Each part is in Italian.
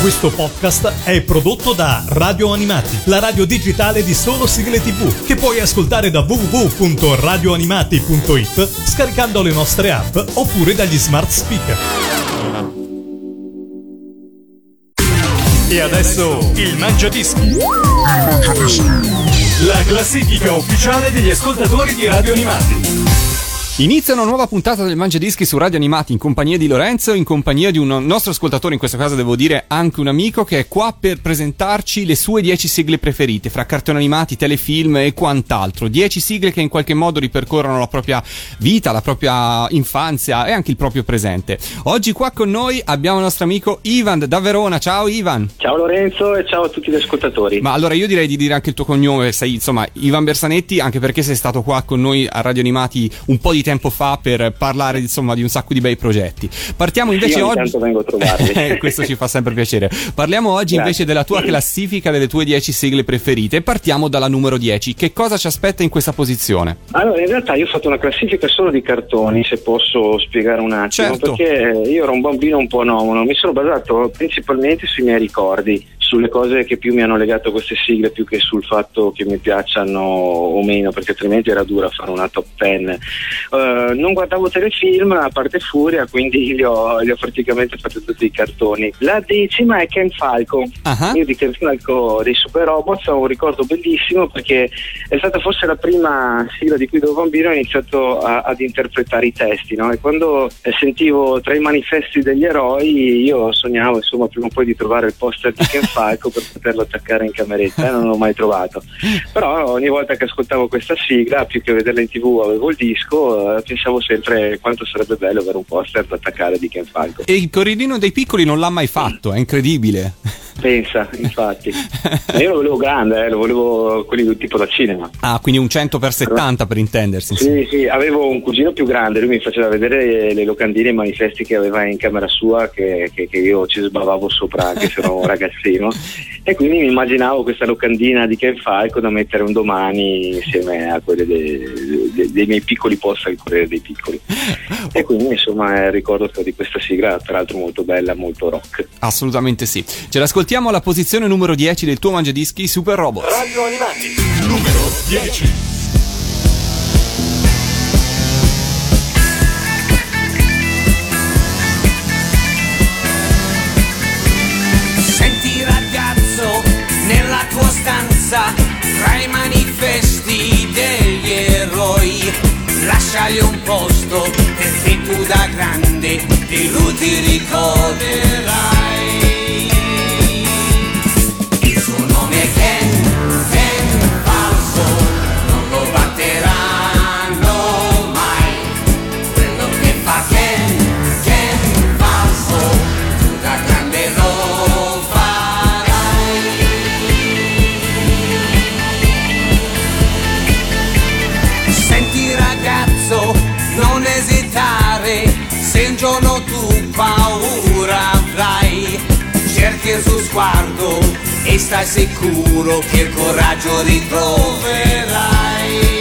Questo podcast è prodotto da Radio Animati, la radio digitale di solo sigle TV, che puoi ascoltare da www.radioanimati.it scaricando le nostre app oppure dagli smart speaker. E adesso il Mangiadischi. La classifica ufficiale degli ascoltatori di Radio Animati. Inizia una nuova puntata del Mangiadischi su Radio Animati in compagnia di Lorenzo, in compagnia di un nostro ascoltatore, in questo caso devo dire anche un amico, che è qua per presentarci le sue 10 sigle preferite fra cartoni animati, telefilm e quant'altro. 10 sigle che in qualche modo ripercorrono la propria vita, la propria infanzia e anche il proprio presente. Oggi qua con noi abbiamo il nostro amico Ivan da Verona. Ciao Ivan. Ciao Lorenzo e ciao a tutti gli ascoltatori. Ma allora io direi di dire anche il tuo cognome, sei insomma Ivan Bersanetti, anche perché sei stato qua con noi a Radio Animati un po' di tempo fa per parlare insomma di un sacco di bei progetti. Partiamo invece oggi. Tanto vengo a trovarli. Questo ci fa sempre piacere. Parliamo oggi invece della tua classifica delle tue 10 sigle preferite e partiamo dalla numero 10. Che cosa ci aspetta in questa posizione? Allora, in realtà io ho fatto una classifica solo di cartoni, se posso spiegare un attimo, certo. Perché io ero un bambino un po' anomalo, mi sono basato principalmente sui miei ricordi, sulle cose che più mi hanno legato a queste sigle più che sul fatto che mi piacciono o meno, perché altrimenti era dura fare una top 10. Non guardavo telefilm a parte Furia, quindi li ho praticamente fatti tutti i cartoni. La 10ª è Ken Falco. Io di Ken Falco dei Super Robots ho un ricordo bellissimo perché è stata forse la prima sigla di cui da bambino ho iniziato ad interpretare i testi, no? E quando sentivo tra i manifesti degli eroi io sognavo insomma prima o poi di trovare il poster di Ken Falco per poterlo attaccare in cameretta, non l'ho mai trovato, però ogni volta che ascoltavo questa sigla, più che vederla in TV avevo il disco, pensavo sempre quanto sarebbe bello avere un poster da attaccare di Ken Falco. E il Corridino dei Piccoli non l'ha mai fatto, è incredibile. Pensa, infatti. Io lo volevo grande, lo volevo quelli tipo da cinema. Ah, quindi un 100x70 per intendersi. Sì, avevo un cugino più grande, lui mi faceva vedere le locandine e i manifesti che aveva in camera sua che io ci sbavavo sopra anche se ero un ragazzino, e quindi mi immaginavo questa locandina di Ken Falco da mettere un domani insieme a quelle dei miei piccoli post al Corriere dei Piccoli. E quindi insomma ricordo di questa sigla, tra l'altro molto bella, molto rock. Assolutamente sì. Ce l'ascoltiamo alla posizione numero 10 del tuo Mangiadischi Super Robots. Radio Animati, numero 10. Senti ragazzo, nella tua stanza, tra i manifesti degli eroi, lasciali un posto perché tu da grande di lui ti ricorderai. Il suo nome è Ken Falco, non lo batteranno mai. Quello che fa Ken Falco, tu da grande lo farai. Senti ragazzo, non esitare, se un giorno tu paura avrai, cerchi il suo sguardo e stai sicuro che il coraggio ritroverai.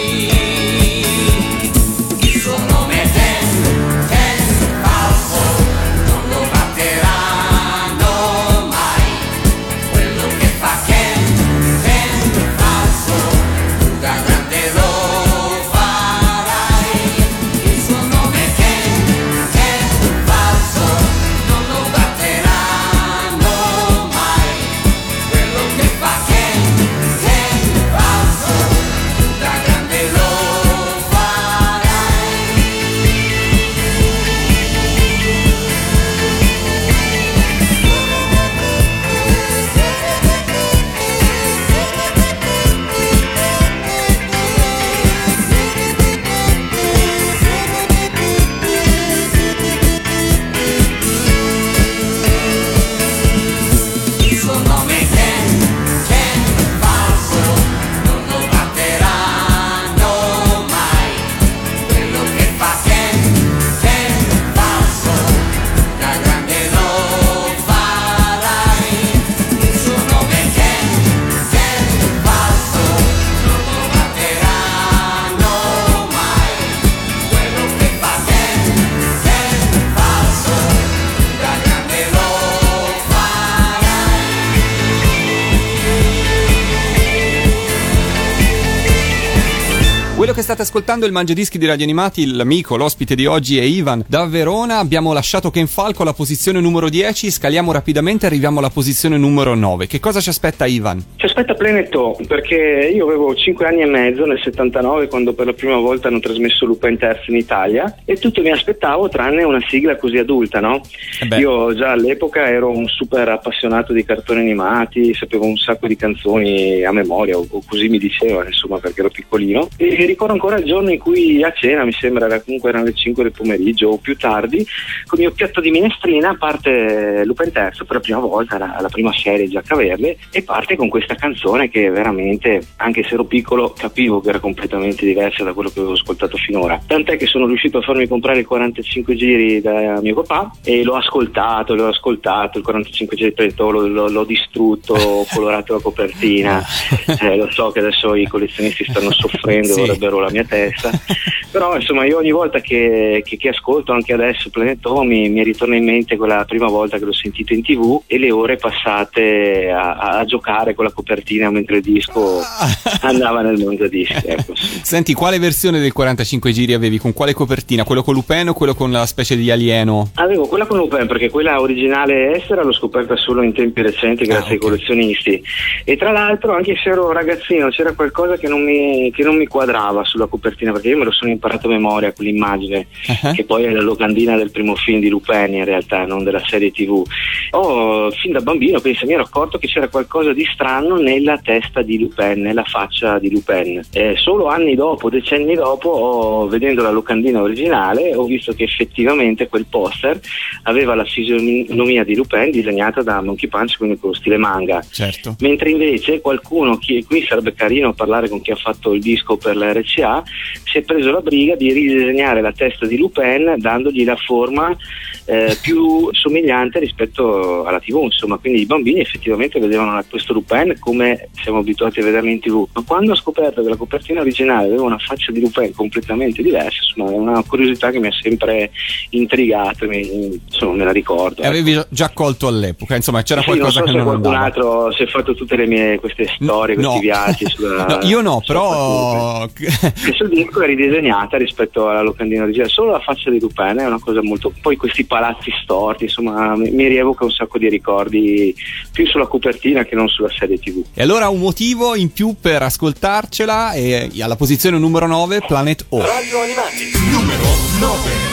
Il suo nome è Ken Falco, non lo batteranno mai. Quello che fa Ken Falco, tu da grande lo farai. Il suo nome è Ken Falco, non lo batteranno mai. Quello che fa Ken Falco, tu da state ascoltando il Mangiadischi di Radio Animati, l'amico, l'ospite di oggi è Ivan da Verona. Abbiamo lasciato Ken Falco alla posizione numero 10, scaliamo rapidamente e arriviamo alla posizione numero 9. Che cosa ci aspetta Ivan? Ci aspetta Planet O, perché io avevo 5 anni e mezzo nel 79 quando per la prima volta hanno trasmesso Lupin III in Italia e tutto mi aspettavo tranne una sigla così adulta, no? Io già all'epoca ero un super appassionato di cartoni animati, sapevo un sacco di canzoni a memoria o così mi dicevano, insomma, perché ero piccolino, e ricordo ancora il giorno in cui a cena, mi sembra erano le 5 del pomeriggio o più tardi, con il mio piatto di minestrina parte Lupin III per la prima volta, la prima serie Giacca Verde, e parte con questa canzone che veramente, anche se ero piccolo, capivo che era completamente diversa da quello che avevo ascoltato finora, tant'è che sono riuscito a farmi comprare il 45 giri da mio papà e l'ho ascoltato, il 45 giri l'ho distrutto, ho colorato la copertina, lo so che adesso i collezionisti stanno soffrendo, sì, vorrebbero la mia testa, però insomma io ogni volta che ascolto, anche adesso Planet O, mi ritorna in mente quella prima volta che l'ho sentito in TV e le ore passate a giocare con la copertina mentre il disco andava nel Mangiadischi, ecco. Senti, quale versione del 45 giri avevi? Con quale copertina? Quello con Lupin o quello con la specie di alieno? Avevo quella con Lupin, perché quella originale estera l'ho scoperta solo in tempi recenti grazie ai collezionisti, e tra l'altro anche se ero ragazzino c'era qualcosa che non mi quadrava sulla copertina, perché io me lo sono imparato a memoria quell'immagine, che poi è la locandina del primo film di Lupin in realtà, non della serie TV. Fin da bambino mi ero accorto che c'era qualcosa di strano nella testa di Lupin, nella faccia di Lupin. Solo anni dopo, decenni dopo, vedendo la locandina originale, ho visto che effettivamente quel poster aveva la fisionomia di Lupin disegnata da Monkey Punch, quindi con lo stile manga. Certo. Mentre invece qualcuno, qui sarebbe carino parlare con chi ha fatto il disco per la RCA, si è preso la briga di ridisegnare la testa di Lupin dandogli la forma più somigliante rispetto alla TV, insomma, quindi i bambini effettivamente vedevano questo Lupin come siamo abituati a vederlo in TV, ma quando ho scoperto che la copertina originale aveva una faccia di Lupin completamente diversa, insomma, è una curiosità che mi ha sempre intrigato, insomma, me la ricordo. E avevi già colto all'epoca, insomma, c'era qualcosa non so che non qualcun andava. altro si è fatto tutte queste storie, questi viaggi no, io no, però che sul disco è ridisegnata rispetto alla locandina originale, solo la faccia di Lupin è una cosa molto, poi questi palazzi storti, insomma, mi rievoca un sacco di ricordi più sulla copertina che non sulla serie TV. E allora un motivo in più per ascoltarcela, e alla posizione numero 9 Planet O. Radio Animati numero 9.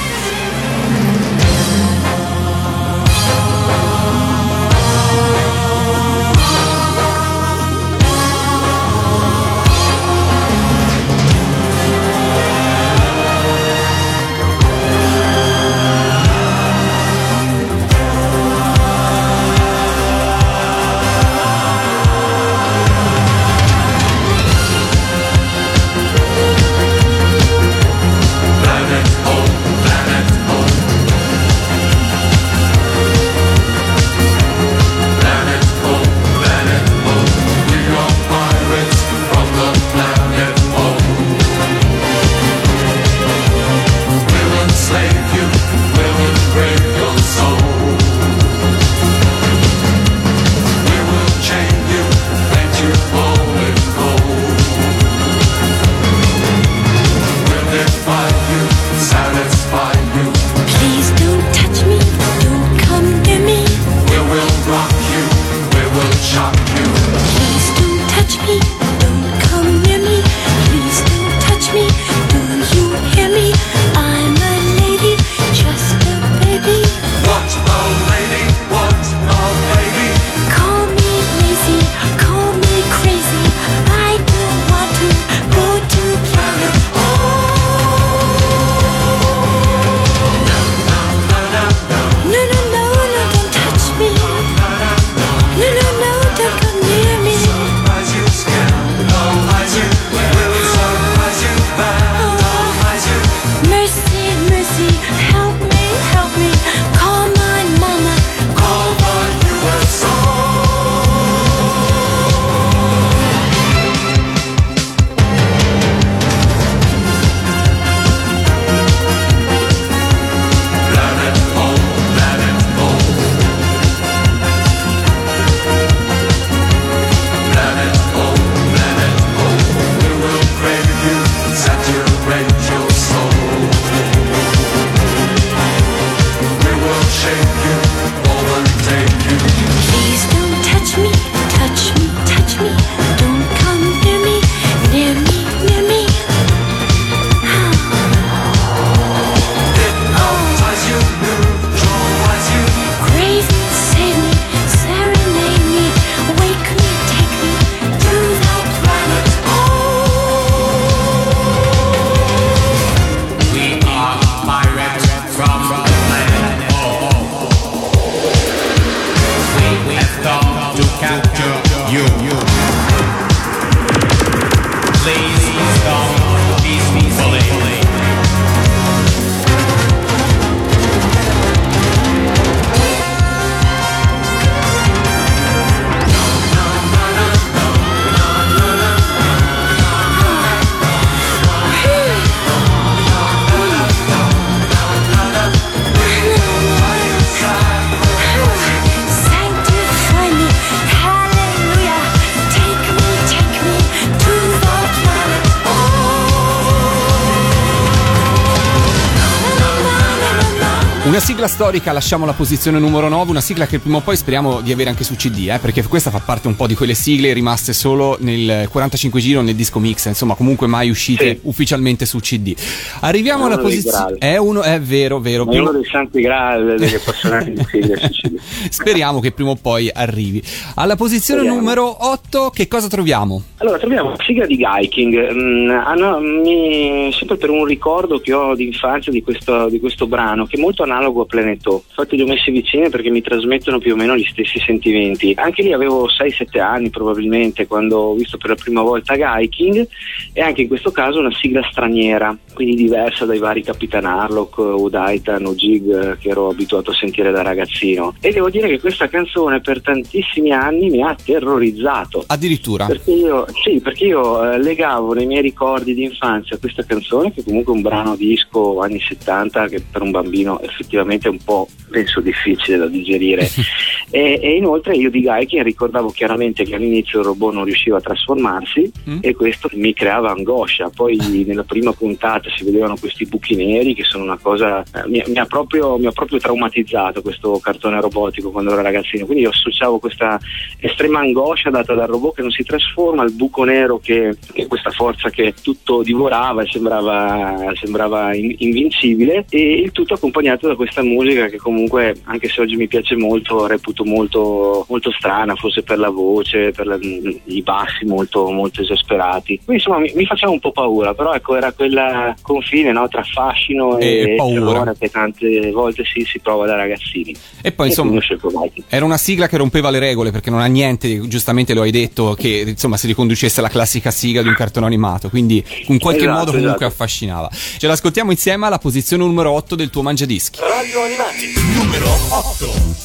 Planet O, Una sigla storica, lasciamo la posizione numero 9, una sigla che prima o poi speriamo di avere anche su CD, perché questa fa parte un po' di quelle sigle rimaste solo nel 45 giro nel disco mix, insomma comunque mai uscite ufficialmente su CD. Arriviamo alla posizione, è vero, è uno dei santi graal degli appassionati di sigle su CD. Speriamo che prima o poi arrivi. Alla posizione numero 8 che cosa troviamo? Allora troviamo la sigla di Guy King, sempre per un ricordo che ho di infanzia di questo brano, che è molto analogo a Planetò. Infatti li ho messi vicini perché mi trasmettono più o meno gli stessi sentimenti. Anche lì avevo 6-7 anni probabilmente quando ho visto per la prima volta Guy King, e anche in questo caso una sigla straniera, quindi diversa dai vari Capitan Harlock o Daitan o Jig che ero abituato a sentire da ragazzino. E devo dire che questa canzone per tantissimi anni mi ha terrorizzato. Addirittura? Perché io legavo nei miei ricordi di infanzia questa canzone, che comunque è un brano disco anni 70 che per un bambino effettivamente è un po', penso, difficile da digerire. e inoltre io di Guy King ricordavo chiaramente che all'inizio il robot non riusciva a trasformarsi e questo mi creava angoscia. Poi nella prima puntata si vedevano questi buchi neri che sono una cosa mi ha proprio traumatizzato questo cartone robotico quando ero ragazzino, quindi io associavo questa estrema angoscia data dal robot che non si trasforma al buco nero che è questa forza che tutto divorava e sembrava invincibile, e il tutto accompagnato da questa musica che comunque, anche se oggi mi piace molto, reputo molto, molto strana, forse per la voce, per i bassi molto, molto esasperati. Quindi insomma mi faceva un po' paura, però ecco, era quel confine, no, tra fascino e paura che tante volte si prova da ragazzini. E poi insomma era una sigla che rompeva le regole, perché non ha niente, giustamente lo hai detto, che insomma si riconducesse alla classica sigla di un cartone animato, quindi in qualche modo comunque affascinava. Ce l'ascoltiamo insieme alla posizione numero 8 del tuo Mangiadischi. Radio Animati numero 8.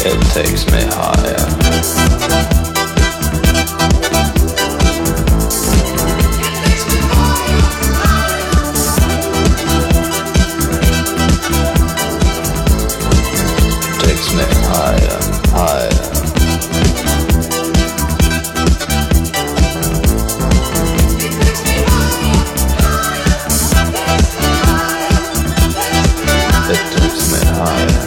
It takes me higher. Takes me higher, higher. It takes me higher.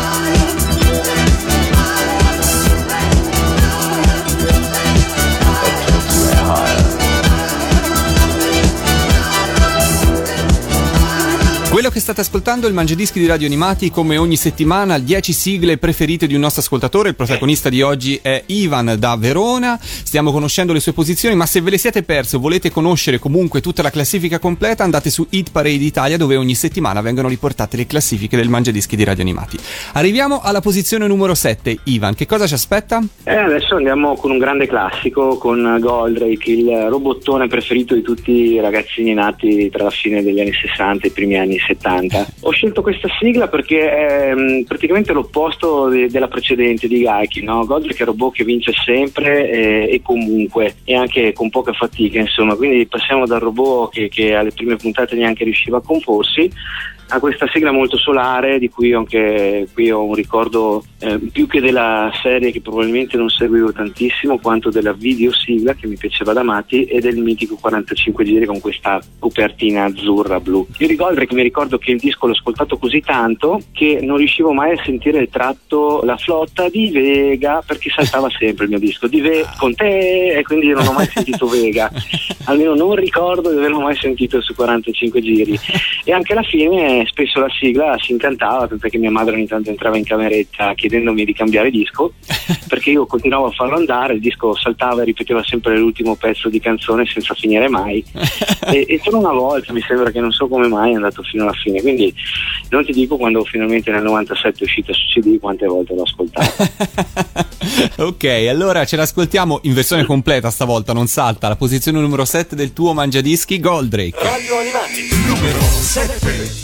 Quello che state ascoltando è il Mangiadischi di Radio Animati, come ogni settimana 10 sigle preferite di un nostro ascoltatore. Il protagonista di oggi è Ivan da Verona. Stiamo conoscendo le sue posizioni, ma se ve le siete perse o volete conoscere comunque tutta la classifica completa, andate su Hit Parade Italia, dove ogni settimana vengono riportate le classifiche del Mangiadischi di Radio Animati. Arriviamo alla posizione numero 7. Ivan, che cosa ci aspetta? Adesso andiamo con un grande classico, con Goldrake, il robottone preferito di tutti i ragazzini nati tra la fine degli anni 60 e i primi anni 70. Ho scelto questa sigla perché è praticamente l'opposto della precedente di Gaichi, no? Goldrake è un robot che vince sempre e comunque, e anche con poca fatica, insomma. Quindi passiamo dal robot che alle prime puntate neanche riusciva a comporsi a questa sigla molto solare, di cui anche qui ho un ricordo più che della serie, che probabilmente non seguivo tantissimo, quanto della videosigla che mi piaceva da matti, e del mitico 45 giri con questa copertina azzurra blu. Io di Goldrake mi ricordo che il disco l'ho ascoltato così tanto che non riuscivo mai a sentire il tratto La flotta di Vega, perché saltava sempre il mio disco con te, e quindi non ho mai sentito Vega, almeno non ricordo di averlo mai sentito su 45 giri. E anche alla fine spesso la sigla si incantava, tant'è che mia madre ogni tanto entrava in cameretta chiedendomi di cambiare disco, perché io continuavo a farlo andare, il disco saltava e ripeteva sempre l'ultimo pezzo di canzone senza finire mai, e solo una volta, mi sembra, che non so come mai, è andato fino alla fine. Quindi non ti dico quando finalmente nel 97 è uscita su CD quante volte l'ho ascoltata. Ok, allora ce l'ascoltiamo in versione completa stavolta, non salta. La posizione numero 7 del tuo Mangiadischi, Goldrake. Radio Animati, numero 7.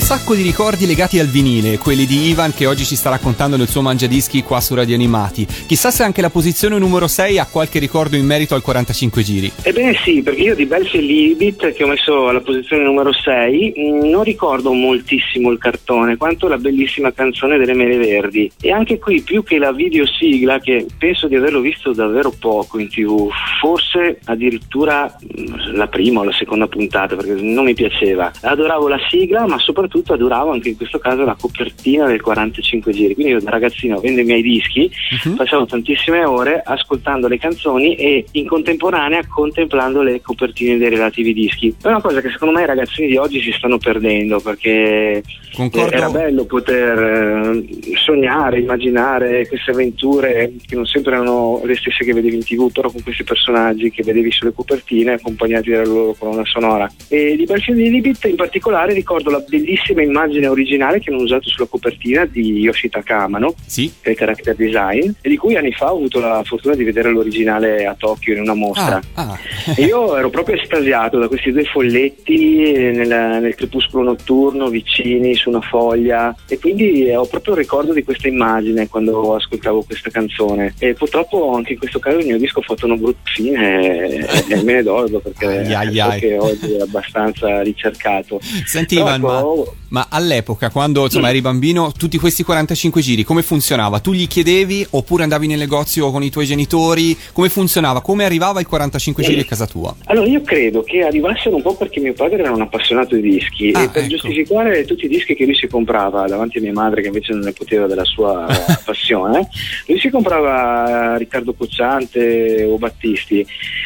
sacco di ricordi legati al vinile, quelli di Ivan che oggi ci sta raccontando nel suo Mangiadischi qua su Radio Animati. Chissà se anche la posizione numero 6 ha qualche ricordo in merito al 45 giri. Ebbene sì, perché io di Belfield Libit, che ho messo alla posizione numero 6, non ricordo moltissimo il cartone quanto la bellissima canzone delle Mele Verdi. E anche qui, più che la videosigla, che penso di averlo visto davvero poco in TV, forse addirittura la prima o la seconda puntata, perché non mi piaceva. Adoravo la sigla, ma soprattutto adoravo anche in questo caso la copertina del 45 giri. Quindi io da ragazzino, avendo i miei dischi, passavo tantissime ore ascoltando le canzoni e in contemporanea contemplando le copertine dei relativi dischi. È una cosa che secondo me i ragazzini di oggi si stanno perdendo, perché Concordo. era bello poter sognare, immaginare queste avventure che non sempre erano le stesse che vedevi in TV, però con questi personaggi che vedevi sulle copertine accompagnati dalla loro colonna sonora. E di Belfield Libit in particolare ricordo la bellissima immagine originale che hanno usato sulla copertina di Yoshitaka Amano, Sì. che è il character design, e di cui anni fa ho avuto la fortuna di vedere l'originale a Tokyo in una mostra. E io ero proprio estasiato da questi due folletti nel crepuscolo notturno, vicini su una foglia, e quindi ho proprio il ricordo di questa immagine quando ascoltavo questa canzone. E purtroppo anche in questo caso il mio disco ha fatto una brutta fine e me ne dolgo, perché che oggi è abbastanza ricercato. Senti Però Ivan, ma all'epoca, quando insomma eri bambino, tutti questi 45 giri come funzionava? Tu gli chiedevi oppure andavi nel negozio con i tuoi genitori? Come funzionava? Come arrivava il 45 giri a casa tua? Allora io credo che arrivassero un po' perché mio padre era un appassionato di dischi, e per giustificare tutti i dischi che lui si comprava davanti a mia madre, che invece non ne poteva della sua passione, lui si comprava Riccardo Cocciante o Battisti,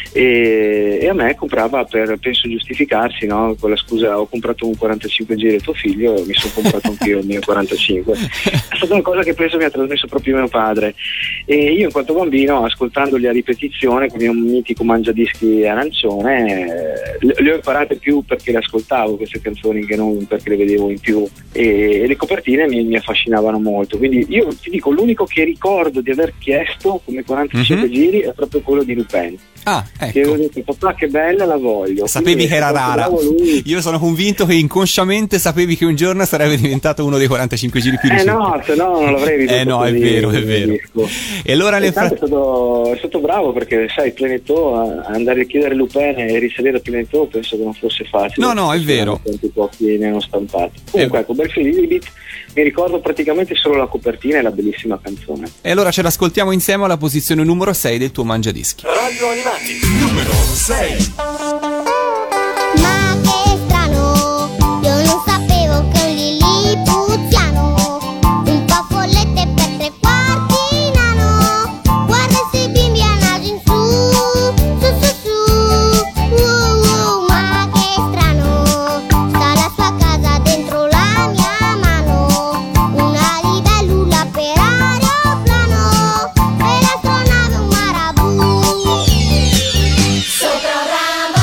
e a me comprava per, penso, giustificarsi, no? Con la scusa: ho comprato un 45 giri a tuo figlio, mi sono comprato anch'io il mio 45. È stata una cosa che penso mi ha trasmesso proprio mio padre, e io in quanto bambino, ascoltandoli a ripetizione con il mio mitico mangiadischi arancione, le ho imparate più perché le ascoltavo queste canzoni che non perché le vedevo in TV, e le copertine mi affascinavano molto. Quindi io ti dico, l'unico che ricordo di aver chiesto come 45 giri è proprio quello di Lupin. Che ho detto: papà, che bella, la voglio. Sapevi quindi che era rara. Io sono convinto che inconsciamente sapevi che un giorno sarebbe diventato uno dei 45 giri più ricercati. No, se no non l'avrei veduto. No, è vero. E allora è stato bravo, perché sai, Planetò, andare a chiedere Lupin e risalire a Planetò penso che non fosse facile. No, è vero. Tanti pochi ne hanno stampati. Comunque ecco, Belfield Libit, mi ricordo praticamente solo la copertina e la bellissima canzone. E allora ce l'ascoltiamo insieme alla posizione numero 6 del tuo Mangiadischi. Radio Animati, numero 6. Ma che strano, io non sapevo che un lilipuziano, un po' follette per 3/4 nano, guarda se bimbi a naso in su, ma che strano, sta la sua casa dentro la mia mano, una libellula per aeroplano, e l'astronave un marabù, sopra un ramo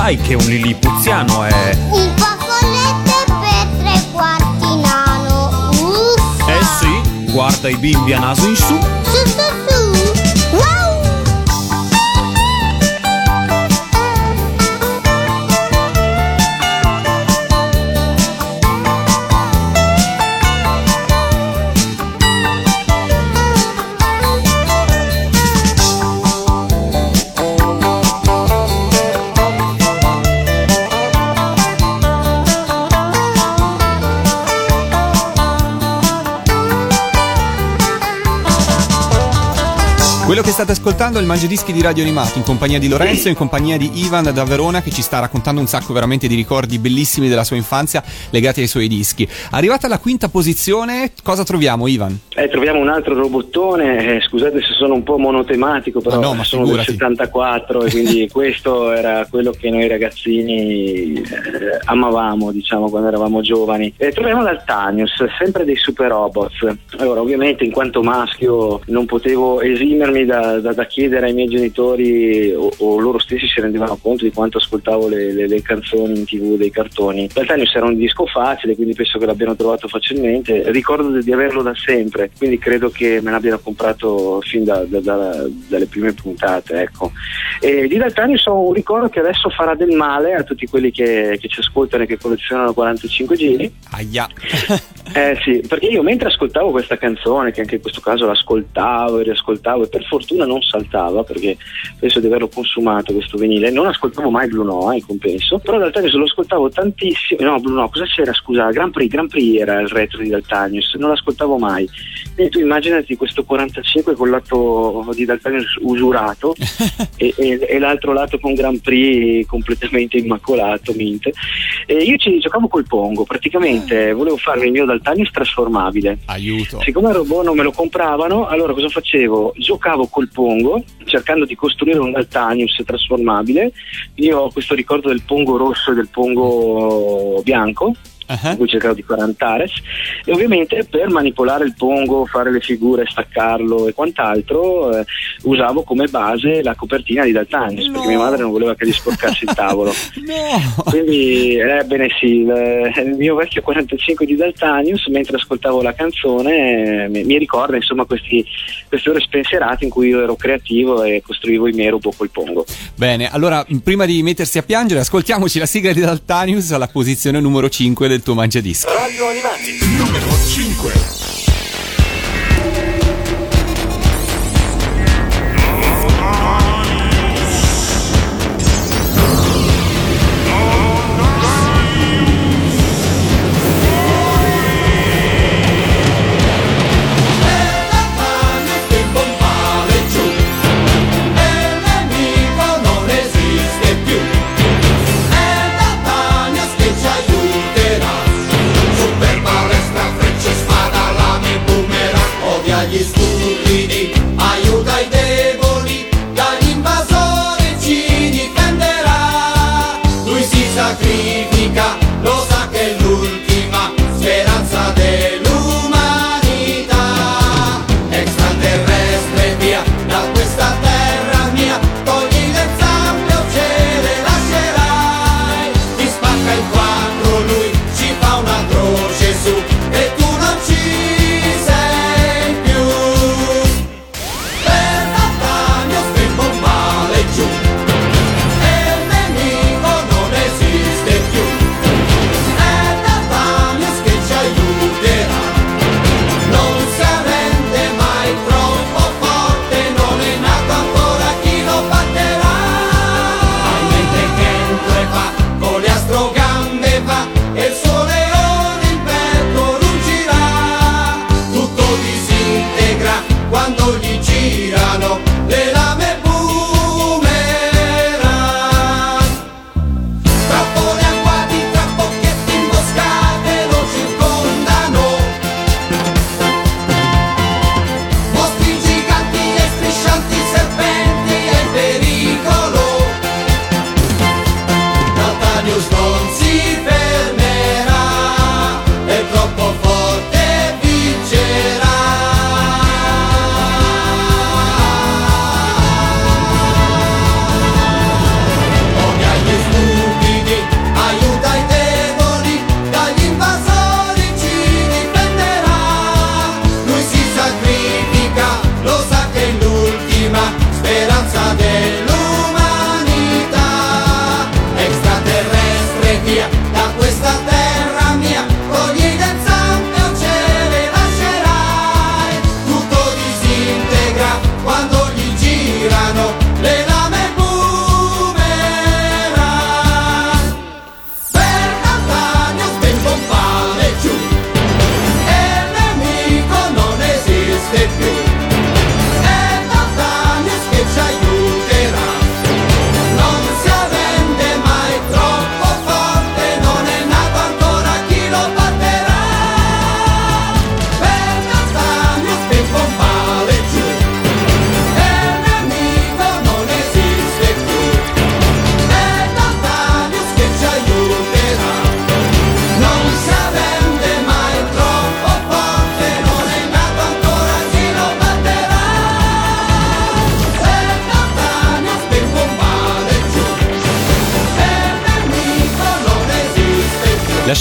sai che un lilipuziano è? Un fazzoletto per 3/4 nano. Eh sì, guarda i bimbi a naso in su. Su su su. Wow! Quello che state ascoltando è il Mangiadischi di Radio Animati, in compagnia di Lorenzo e in compagnia di Ivan da Verona, che ci sta raccontando un sacco veramente di ricordi bellissimi della sua infanzia legati ai suoi dischi. Arrivata alla quinta posizione, cosa troviamo, Ivan? Troviamo un altro robottone, scusate se sono un po' monotematico, però no, ma sono figurati. del 74 e quindi questo era quello che noi ragazzini amavamo, diciamo, quando eravamo giovani. Troviamo l'Altanius, sempre dei super robots. Allora, ovviamente in quanto maschio non potevo esimermi da chiedere ai miei genitori o loro stessi si rendevano conto di quanto ascoltavo le canzoni in TV dei cartoni. L'Altanius era un disco facile, quindi penso che l'abbiano trovato facilmente. Ricordo di averlo da sempre, quindi credo che me l'abbiano comprato fin dalle prime puntate, ecco. E di L'Altanius ho un ricordo che adesso farà del male a tutti quelli che ci ascoltano e che collezionano 45 giri. Aia. Sì, perché io mentre ascoltavo questa canzone, che anche in questo caso l'ascoltavo e riascoltavo e per fortuna non saltava, perché penso di averlo consumato questo vinile, non ascoltavo mai Blue Note, in compenso, però D'Altanius lo ascoltavo tantissimo. No, Blue Note, cosa c'era, scusa? Grand Prix era il retro di D'Altanius, non l'ascoltavo mai. E tu immaginati questo 45 con lato di D'Altanius usurato e l'altro lato con Grand Prix completamente immacolato, mint. E io ci giocavo col Pongo, praticamente volevo farmi il mio D'Altanius trasformabile. Aiuto. Siccome il robot non me lo compravano, allora cosa facevo? Giocavo col Pongo cercando di costruire un D'Altanius trasformabile. Io ho questo ricordo del Pongo rosso e del Pongo bianco, in cui cercavo di fare Antares, e ovviamente per manipolare il Pongo, fare le figure, staccarlo e quant'altro, usavo come base la copertina di D'Altanius, perché mia madre non voleva che gli sporcassi il tavolo. Quindi ebbene sì, il mio vecchio 45 di D'Altanius, mentre ascoltavo la canzone, mi ricorda insomma queste ore spensierate in cui io ero creativo e costruivo i miei robot col Pongo. Bene, allora prima di mettersi a piangere ascoltiamoci la sigla di D'Altanius alla posizione numero 5 del tuo Mangiadischi. Radio Animati, numero 5.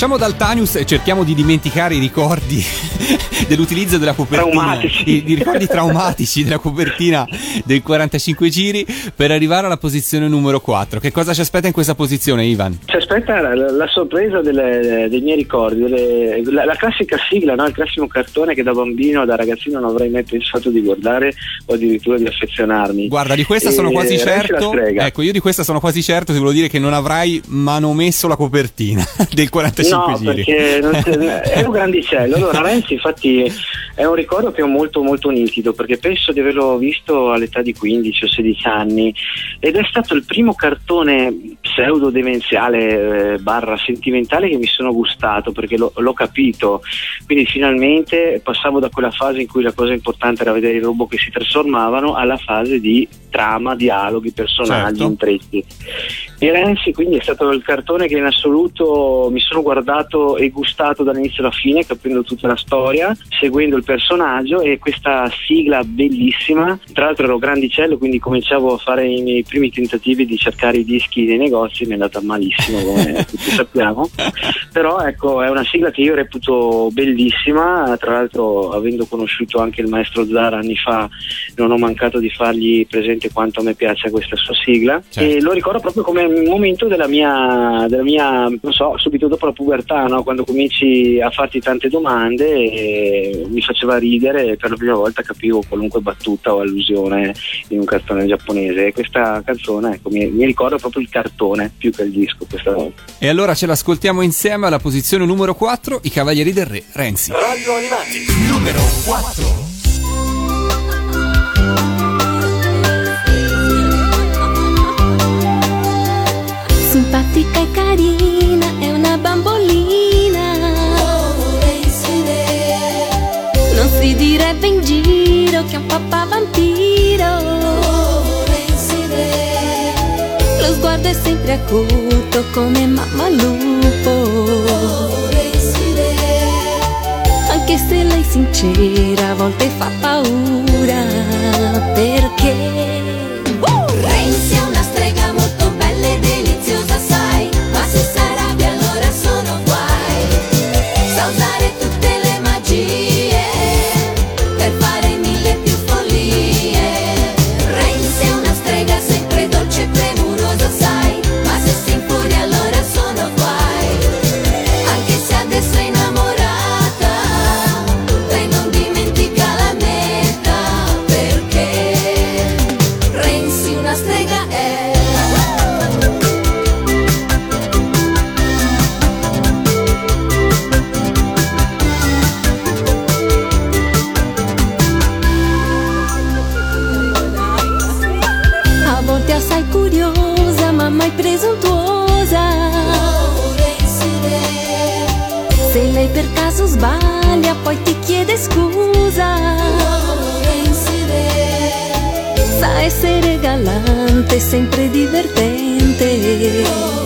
lasciamo Daltanius e cerchiamo di dimenticare i ricordi dell'utilizzo della copertina, traumatici. i ricordi traumatici della copertina del 45 giri, per arrivare alla posizione numero 4. Che cosa ci aspetta in questa posizione, Ivan? Ci aspetta la sorpresa dei miei ricordi, la classica sigla, no? Il classico cartone che da bambino, da ragazzino non avrei mai pensato di guardare o addirittura di affezionarmi. Guarda, di questa sono quasi certo. Ecco, io di questa sono quasi certo, ti volevo dire che non avrai manomesso la copertina del 45 giri. Perché è un grandicello. Allora, Renzi infatti è un ricordo che ho molto molto nitido, perché penso di averlo visto all'età di 15 o 16 anni, ed è stato il primo cartone pseudo demenziale barra sentimentale che mi sono gustato, perché l'ho capito. Quindi finalmente passavo da quella fase in cui la cosa importante era vedere i robot che si trasformavano alla fase di trama, dialoghi, personaggi, certo, intrecci. E Renzi quindi è stato il cartone che in assoluto mi sono guardato e gustato dall'inizio alla fine, capendo tutta la storia, seguendo il personaggio, e questa sigla bellissima. Tra l'altro ero grandicello, quindi cominciavo a fare i miei primi tentativi di cercare i dischi nei negozi, mi è andata malissimo come tutti sappiamo, però ecco, è una sigla che io reputo bellissima. Tra l'altro, avendo conosciuto anche il maestro Zara anni fa, non ho mancato di fargli presente quanto a me piace questa sua sigla, certo, e lo ricordo proprio come un momento della mia non so, subito dopo la pubertà, no? Quando cominci a farti tante domande, e mi faceva ridere, e per la prima volta capivo qualunque battuta o allusione in un cartone giapponese. E questa canzone, ecco, mi ricorda proprio il cartone più che il disco questa volta. E allora ce l'ascoltiamo insieme alla posizione numero 4, I Cavalieri del Re, Renzi. Radio Animati, numero 4. Simpatica e carina, è una bambolina. Non si direbbe in giro che è un papà vampiro. Lo sguardo è sempre acuto come mamma lupo. Anche se lei sincera a volte fa paura, perché Renzi è una strega molto bella e deliziosa, sai, ma se s'arrabbia allora sono guai. Sa usare tutte le magie per fare mille più follie. Renzi è una strega sempre dolce e premurosa, sai, ma se si infuria allora sono guai. Anche se adesso è innamorata, lei non dimentica la meta, perché Renzi una strega è. A volte assai curiosa, ma mai presuntuosa. Se lei per caso sbaglia, poi ti chiede scusa. Sa essere galante, sempre divertente.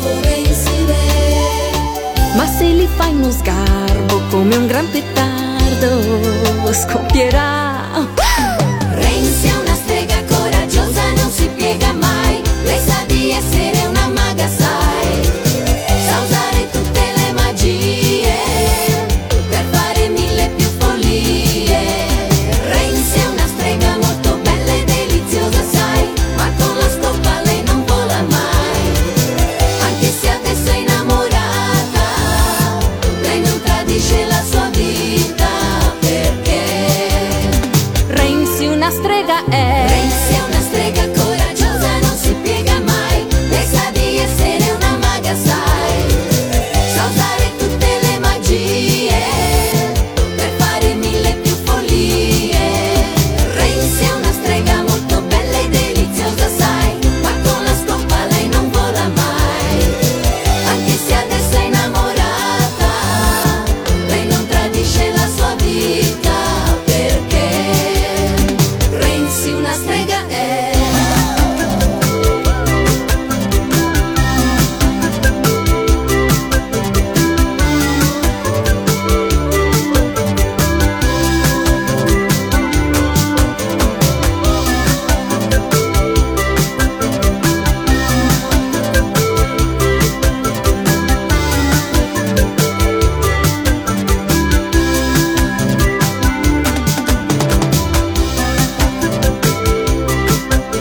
Ma se li fai uno sgarbo come un gran petardo, scoppierà. Renzi è una strega coraggiosa, non si piega mai. Lei sa di essere una maga, sai. Sa usare tutte le magie per fare mille più follie. Renzi è una strega molto bella e deliziosa, sai, ma con la stoppa lei non vola mai. Anche se adesso è innamorata, lei non tradisce la sua vita, perché Renzi una strega è. Renzi è una strega coraggiosa, non si piega mai. Lei sa di essere una maga, sai. Sa usare tutte le magie per fare mille più follie. Renzi è una strega molto bella e deliziosa, sai, ma con la stoppa lei non vola mai. Anche se adesso è innamorata, lei non tradisce la sua vita, perché Renzi una strega è.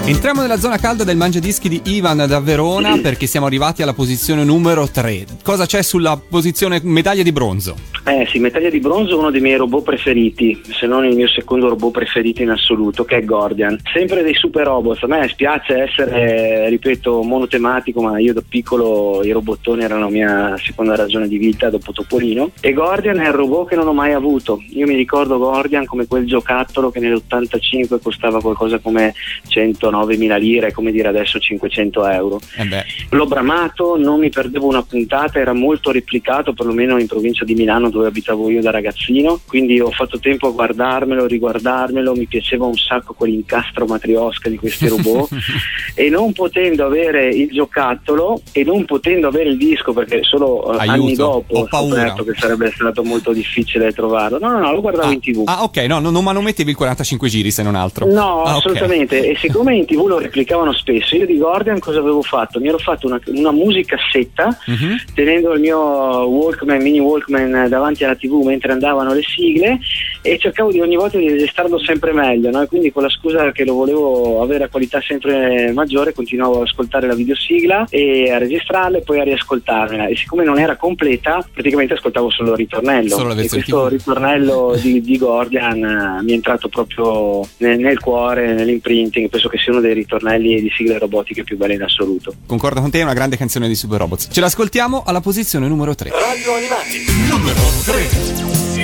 Entriamo nella zona calda del Mangiadischi di Ivan da Verona perché siamo arrivati alla posizione numero 3. Cosa c'è sulla posizione medaglia di bronzo? Sì, medaglia di bronzo, uno dei miei robot preferiti, se non il mio secondo robot preferito in assoluto, che è Gordian. Sempre dei super robot. A me spiace essere, ripeto, monotematico, ma io da piccolo i robottoni erano la mia seconda ragione di vita dopo Topolino, e Gordian è il robot che non ho mai avuto. Io mi ricordo Gordian come quel giocattolo che nell'85 costava qualcosa come 109.000 lire, come dire adesso 500 euro. L'ho bramato, non mi perdevo una puntata, era molto replicato, perlomeno in provincia di Milano dove abitavo io da ragazzino, quindi ho fatto tempo a guardarmelo, riguardarmelo, mi piaceva un sacco quell'incastro matriosca di questi robot e non potendo avere il giocattolo e non potendo avere il disco, perché solo anni dopo ho scoperto che sarebbe stato molto difficile trovarlo. No, lo guardavo in TV. Ok, ma non mettevi il 45 giri se non altro? No, assolutamente. Okay. E siccome in TV lo replicavano spesso, io di Gordian cosa avevo fatto? Mi ero fatto una musicassetta tenendo il mio mini Walkman davanti alla TV mentre andavano le sigle, e cercavo ogni volta di registrarlo sempre meglio, no? E quindi con la scusa che lo volevo avere a qualità sempre maggiore continuavo ad ascoltare la videosigla e a registrarla e poi a riascoltarmela, e siccome non era completa praticamente ascoltavo solo il ritornello, e questo ritornello di Gordian mi è entrato proprio nel cuore, nell'imprinting. Penso che sia uno dei ritornelli di sigle robotiche più belli in assoluto. Concordo con te, è una grande canzone di Super Robots. Ce l'ascoltiamo alla posizione numero 3. Radio Animati numero 3.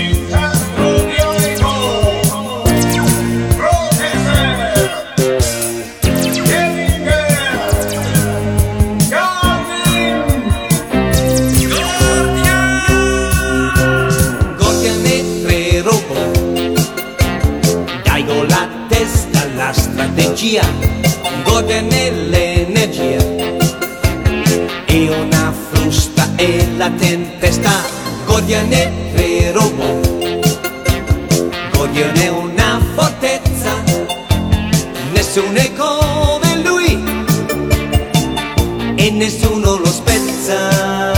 Strategia, gode nell'energia e una frusta e la tempesta. Gordian è tre robot, Gordian è una fortezza, nessuno è come lui e nessuno lo spezza.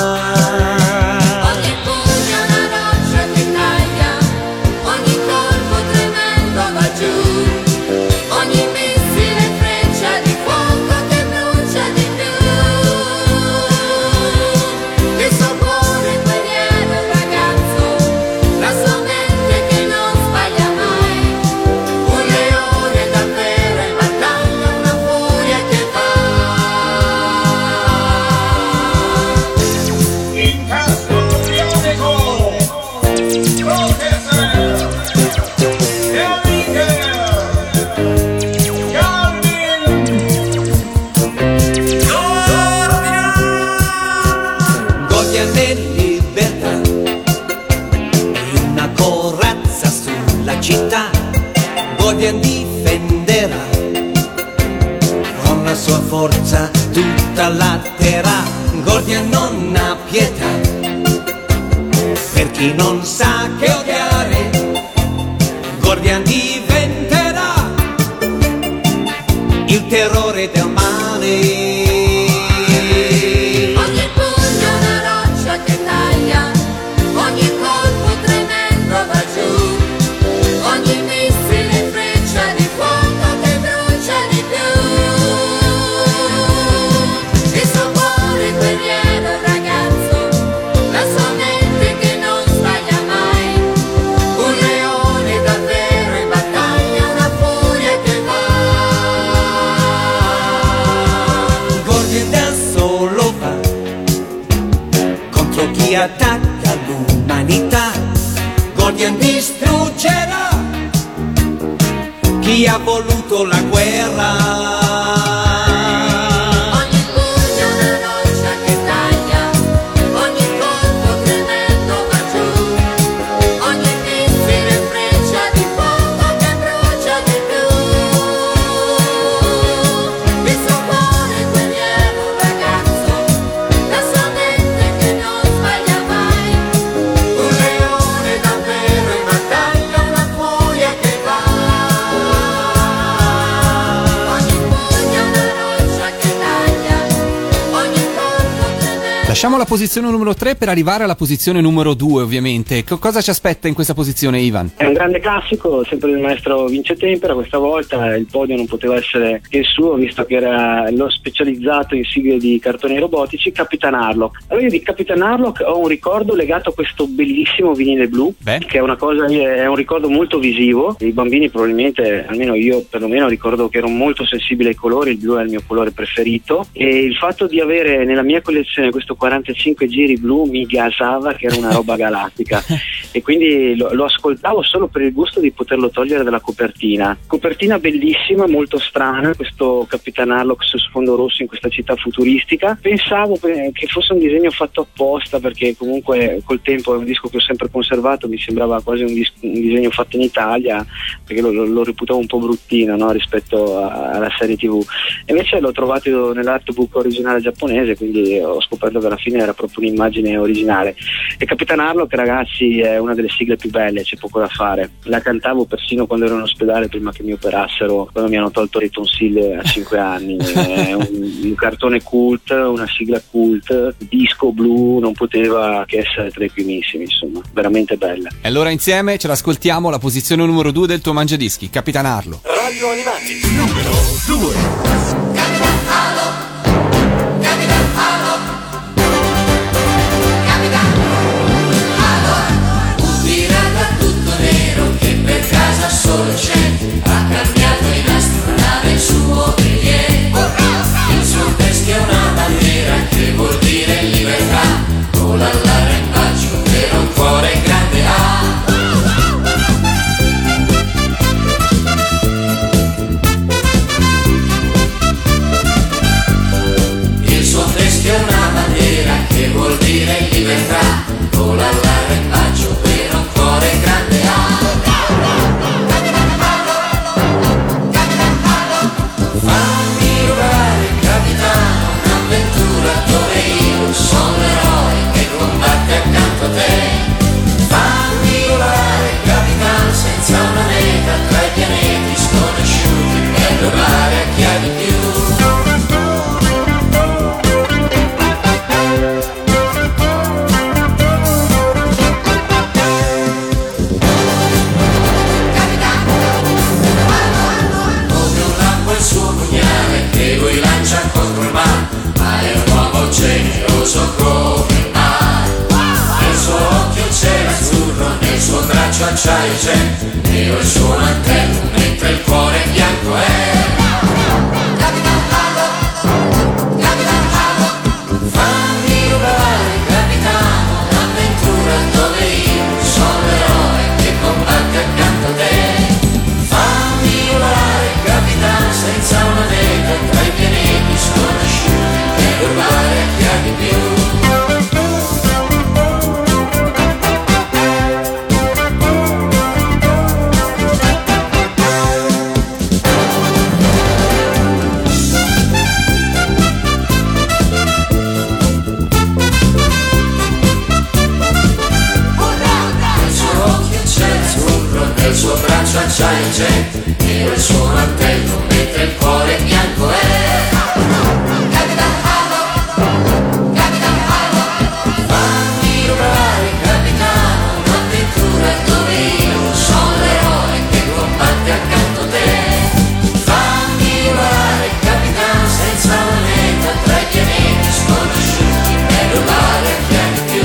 Difenderà con la sua forza tutta la terra. Gordian non ha pietà per chi non sa che odiare. Gordian diventerà il terrore del male. Attacca l'umanità, Gordian distruggerà chi ha voluto la guerra. Ogni pugno Lasciamo la posizione numero 3 per arrivare alla posizione numero 2, ovviamente. Cosa ci aspetta in questa posizione, Ivan? È un grande classico, sempre del maestro Vince Tempera. Questa volta il podio non poteva essere che il suo, visto che era lo specializzato in sigle di cartoni robotici, Capitan Harlock. Allora io di Capitan Harlock ho un ricordo legato a questo bellissimo vinile blu, che è un ricordo molto visivo. I bambini probabilmente, almeno io perlomeno, ricordo che ero molto sensibile ai colori, il blu è il mio colore preferito, e il fatto di avere nella mia collezione questo 45 giri blu mi gasava, che era una roba galattica, e quindi lo ascoltavo solo per il gusto di poterlo togliere dalla copertina bellissima, molto strana, questo Capitan Harlock su sfondo rosso in questa città futuristica. Pensavo che fosse un disegno fatto apposta, perché comunque col tempo è un disco che ho sempre conservato, mi sembrava quasi un disegno fatto in Italia, perché lo reputavo un po' bruttino, no, rispetto alla serie TV. E invece l'ho trovato nell'artbook originale giapponese, quindi ho scoperto che alla fine era proprio un'immagine originale. E Capitan Harlock, ragazzi, è una delle sigle più belle, c'è poco da fare. La cantavo persino quando ero in ospedale, prima che mi operassero, quando mi hanno tolto i tonsille a 5 anni. È un cartone cult, una sigla cult, disco blu, non poteva che essere tra i primissimi, insomma, veramente bella. E allora insieme ce l'ascoltiamo, la posizione numero 2 del tuo mangiadischi, Capitan Harlock. Radio Animati, numero 2. Solo c'è, ha cambiato in astronave il suo biglietto. Il suo teschio è una bandiera che vuol dire libertà. Vola all'arrembaggio per un cuore grande ha. Il suo teschio è una bandiera che vuol dire libertà. Vola all'arrembaggio per un cuore grande ha. Sono l'eroe che combatte accanto a te. Fammi volare, capitano, senza una meta, tra i pianeti sconosciuti, per rubare a chi ha di più. Come un lampo il suo pugnale che lui lancia contro il mare, ma è un uomo generoso come il mare. Nel suo occhio c'è l'azzurro, nel suo braccio acciaio c'è, nero il suo mantello, mentre il cuore bianco è. Capitan Harlock, Capitan Harlock, fammi volare, capitano, un'avventura dove io sono l'eroe che combatte accanto a te. Fammi volare, capitano, senza una meta, tra i pianeti sconosciuti, per rubare a chi ha di più. Nel suo occhio c'è l'azzurro, nel suo braccio acciaio c'è, nero il suo mantello, mentre il cuore bianco è. Capitan Harlock, Capitan Harlock, fammi volare, capitano, un'avventura dove io sono l'eroe che combatte accanto a te. Fammi volare, capitano, senza una meta, tra i pianeti sconosciuti, per rubare a chi ha di più.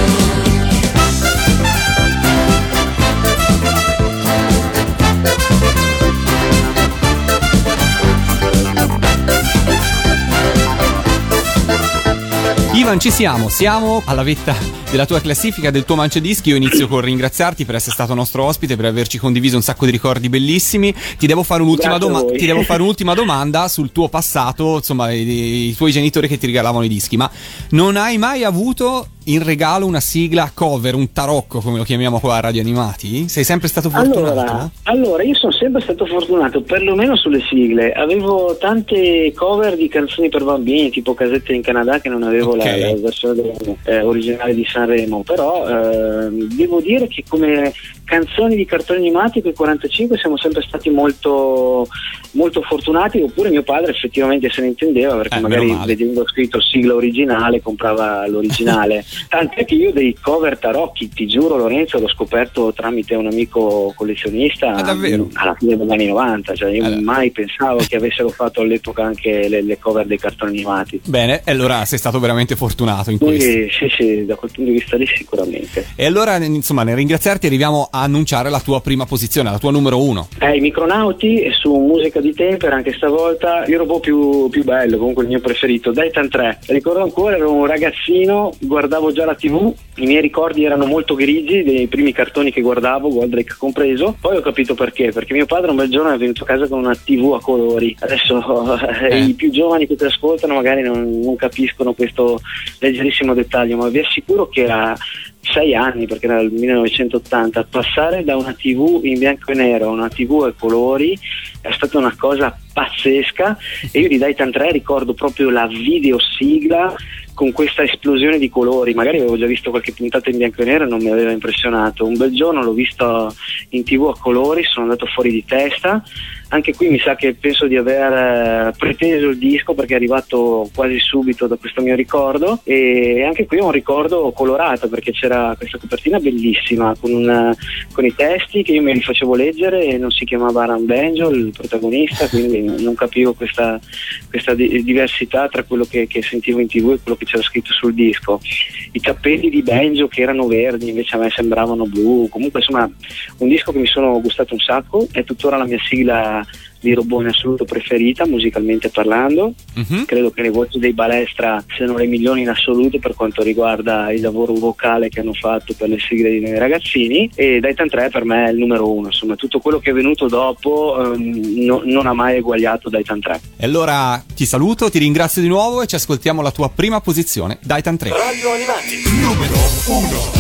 Ivan, ci siamo alla vetta della tua classifica, del tuo mangiadischi. Io inizio con ringraziarti per essere stato nostro ospite, per averci condiviso un sacco di ricordi bellissimi. Ti devo fare un'ultima domanda sul tuo passato, insomma, i tuoi genitori che ti regalavano i dischi, ma non hai mai avuto in regalo una sigla cover, un tarocco come lo chiamiamo qua a Radio Animati? Sei sempre stato fortunato? Allora, io sono sempre stato fortunato, perlomeno sulle sigle. Avevo tante cover di canzoni per bambini, tipo Casette in Canada, che non avevo la versione originale di Sanremo, però devo dire che come canzoni di cartoni animati per 45 siamo sempre stati molto molto fortunati, oppure mio padre effettivamente se ne intendeva, perché magari vedendo scritto sigla originale comprava l'originale. Tant'è che io dei cover tarocchi, ti giuro Lorenzo, l'ho scoperto tramite un amico collezionista alla fine degli anni 90, cioè io mai pensavo che avessero fatto all'epoca anche le cover dei cartoni animati. Bene, allora sei stato veramente fortunato in questo. Sì, da quel punto di vista lì sicuramente. E allora insomma nel ringraziarti arriviamo a annunciare la tua prima posizione, la tua numero 1. I Micronauti su Musica di Tempera, anche stavolta il robot più bello, comunque il mio preferito, Daitan 3. Ricordo ancora, ero un ragazzino, guardavo già la TV, i miei ricordi erano molto grigi dei primi cartoni che guardavo, Goldrake compreso. Poi ho capito perché mio padre un bel giorno è venuto a casa con una TV a colori. Adesso i più giovani che ti ascoltano magari non capiscono questo leggerissimo dettaglio, ma vi assicuro che a 6 anni, perché era il 1980, passare da una TV in bianco e nero a una TV a colori è stata una cosa pazzesca. E io di Daitan 3 ricordo proprio la videosigla con questa esplosione di colori. Magari avevo già visto qualche puntata in bianco e nero e non mi aveva impressionato. Un bel giorno l'ho visto in TV a colori, sono andato fuori di testa. Anche qui mi sa che penso di aver preteso il disco, perché è arrivato quasi subito da questo mio ricordo, e anche qui ho un ricordo colorato, perché c'era questa copertina bellissima con i testi che io me li facevo leggere e non si chiamava Aram Benjo il protagonista, quindi non capivo questa diversità tra quello che sentivo in TV e quello che c'era scritto sul disco. I capelli di Benjo che erano verdi invece a me sembravano blu. Comunque insomma un disco che mi sono gustato un sacco, è tuttora la mia sigla di robot in assoluto preferita, musicalmente parlando. Credo che le voci dei Balestra siano le migliori in assoluto per quanto riguarda il lavoro vocale che hanno fatto per le sigle di noi ragazzini, e Daitan 3 per me è il numero 1. Insomma, tutto quello che è venuto dopo non ha mai eguagliato Daitan 3. E allora ti saluto, ti ringrazio di nuovo e ci ascoltiamo la tua prima posizione, Daitan 3. Radio Animati numero 1.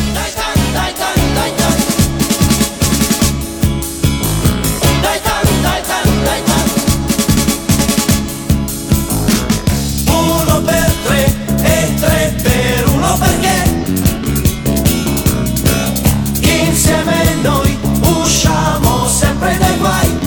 Uno per tre e tre per uno, perché insieme noi usciamo sempre dai guai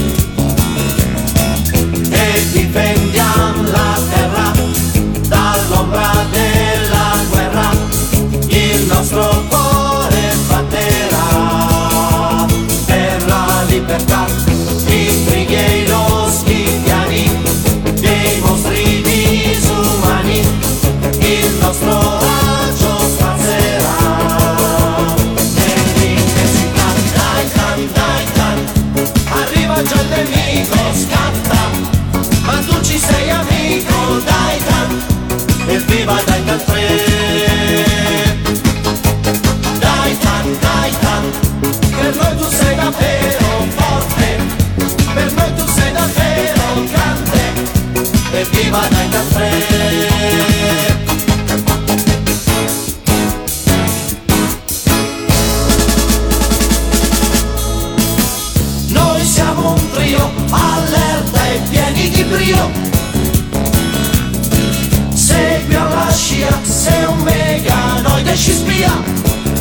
e difendiamo la terra dall'ombra della guerra. Il nostro cuore batterà per la libertà, i brighi e lo schifiani dei mostri disumani. Il nostro raggio spazzerà nell'intensità. Daitan, arriva già il nemico, scatta, ma tu ci sei amico. Daitan, evviva Daitan 3. Daitan, per noi tu sei davvero forte, per noi tu sei davvero grande, evviva Daitan 3. Noi siamo un trio allerta e pieni di brio, segui alla scia, sei un meganoide ci spia,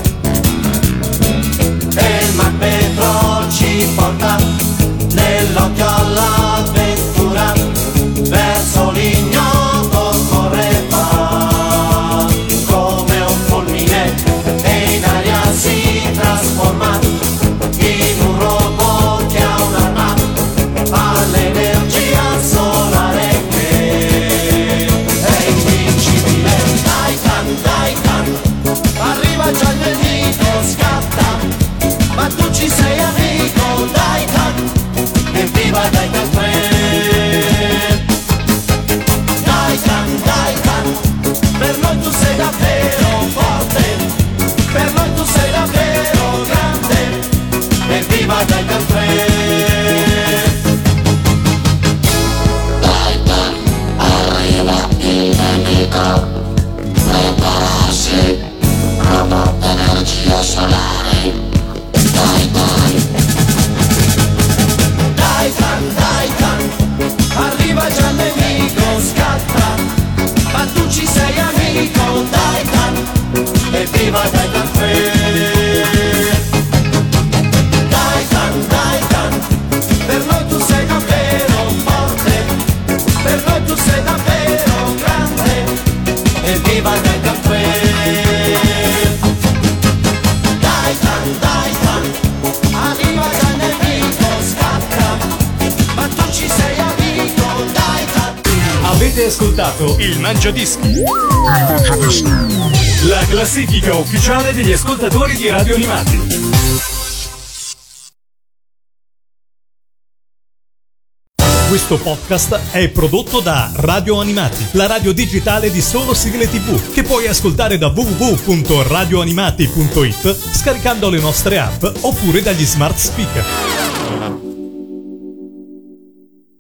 e il Magnetrol ci porta nell'occhio all'avventura, verso l'ignoto corre va come un fulmine e in aria si trasforma in un robot che ha un'arma all'energia solare che è invincibile. Daitan, arriva già il nemico, scatta, ma tu ci sei amico. Daitan, evviva Daitan. Avete ascoltato il Mangiadischi, la classifica ufficiale degli ascoltatori di Radio Animati. Questo podcast è prodotto da Radio Animati, la radio digitale di solo sigle TV, che puoi ascoltare da www.radioanimati.it scaricando le nostre app oppure dagli smart speaker.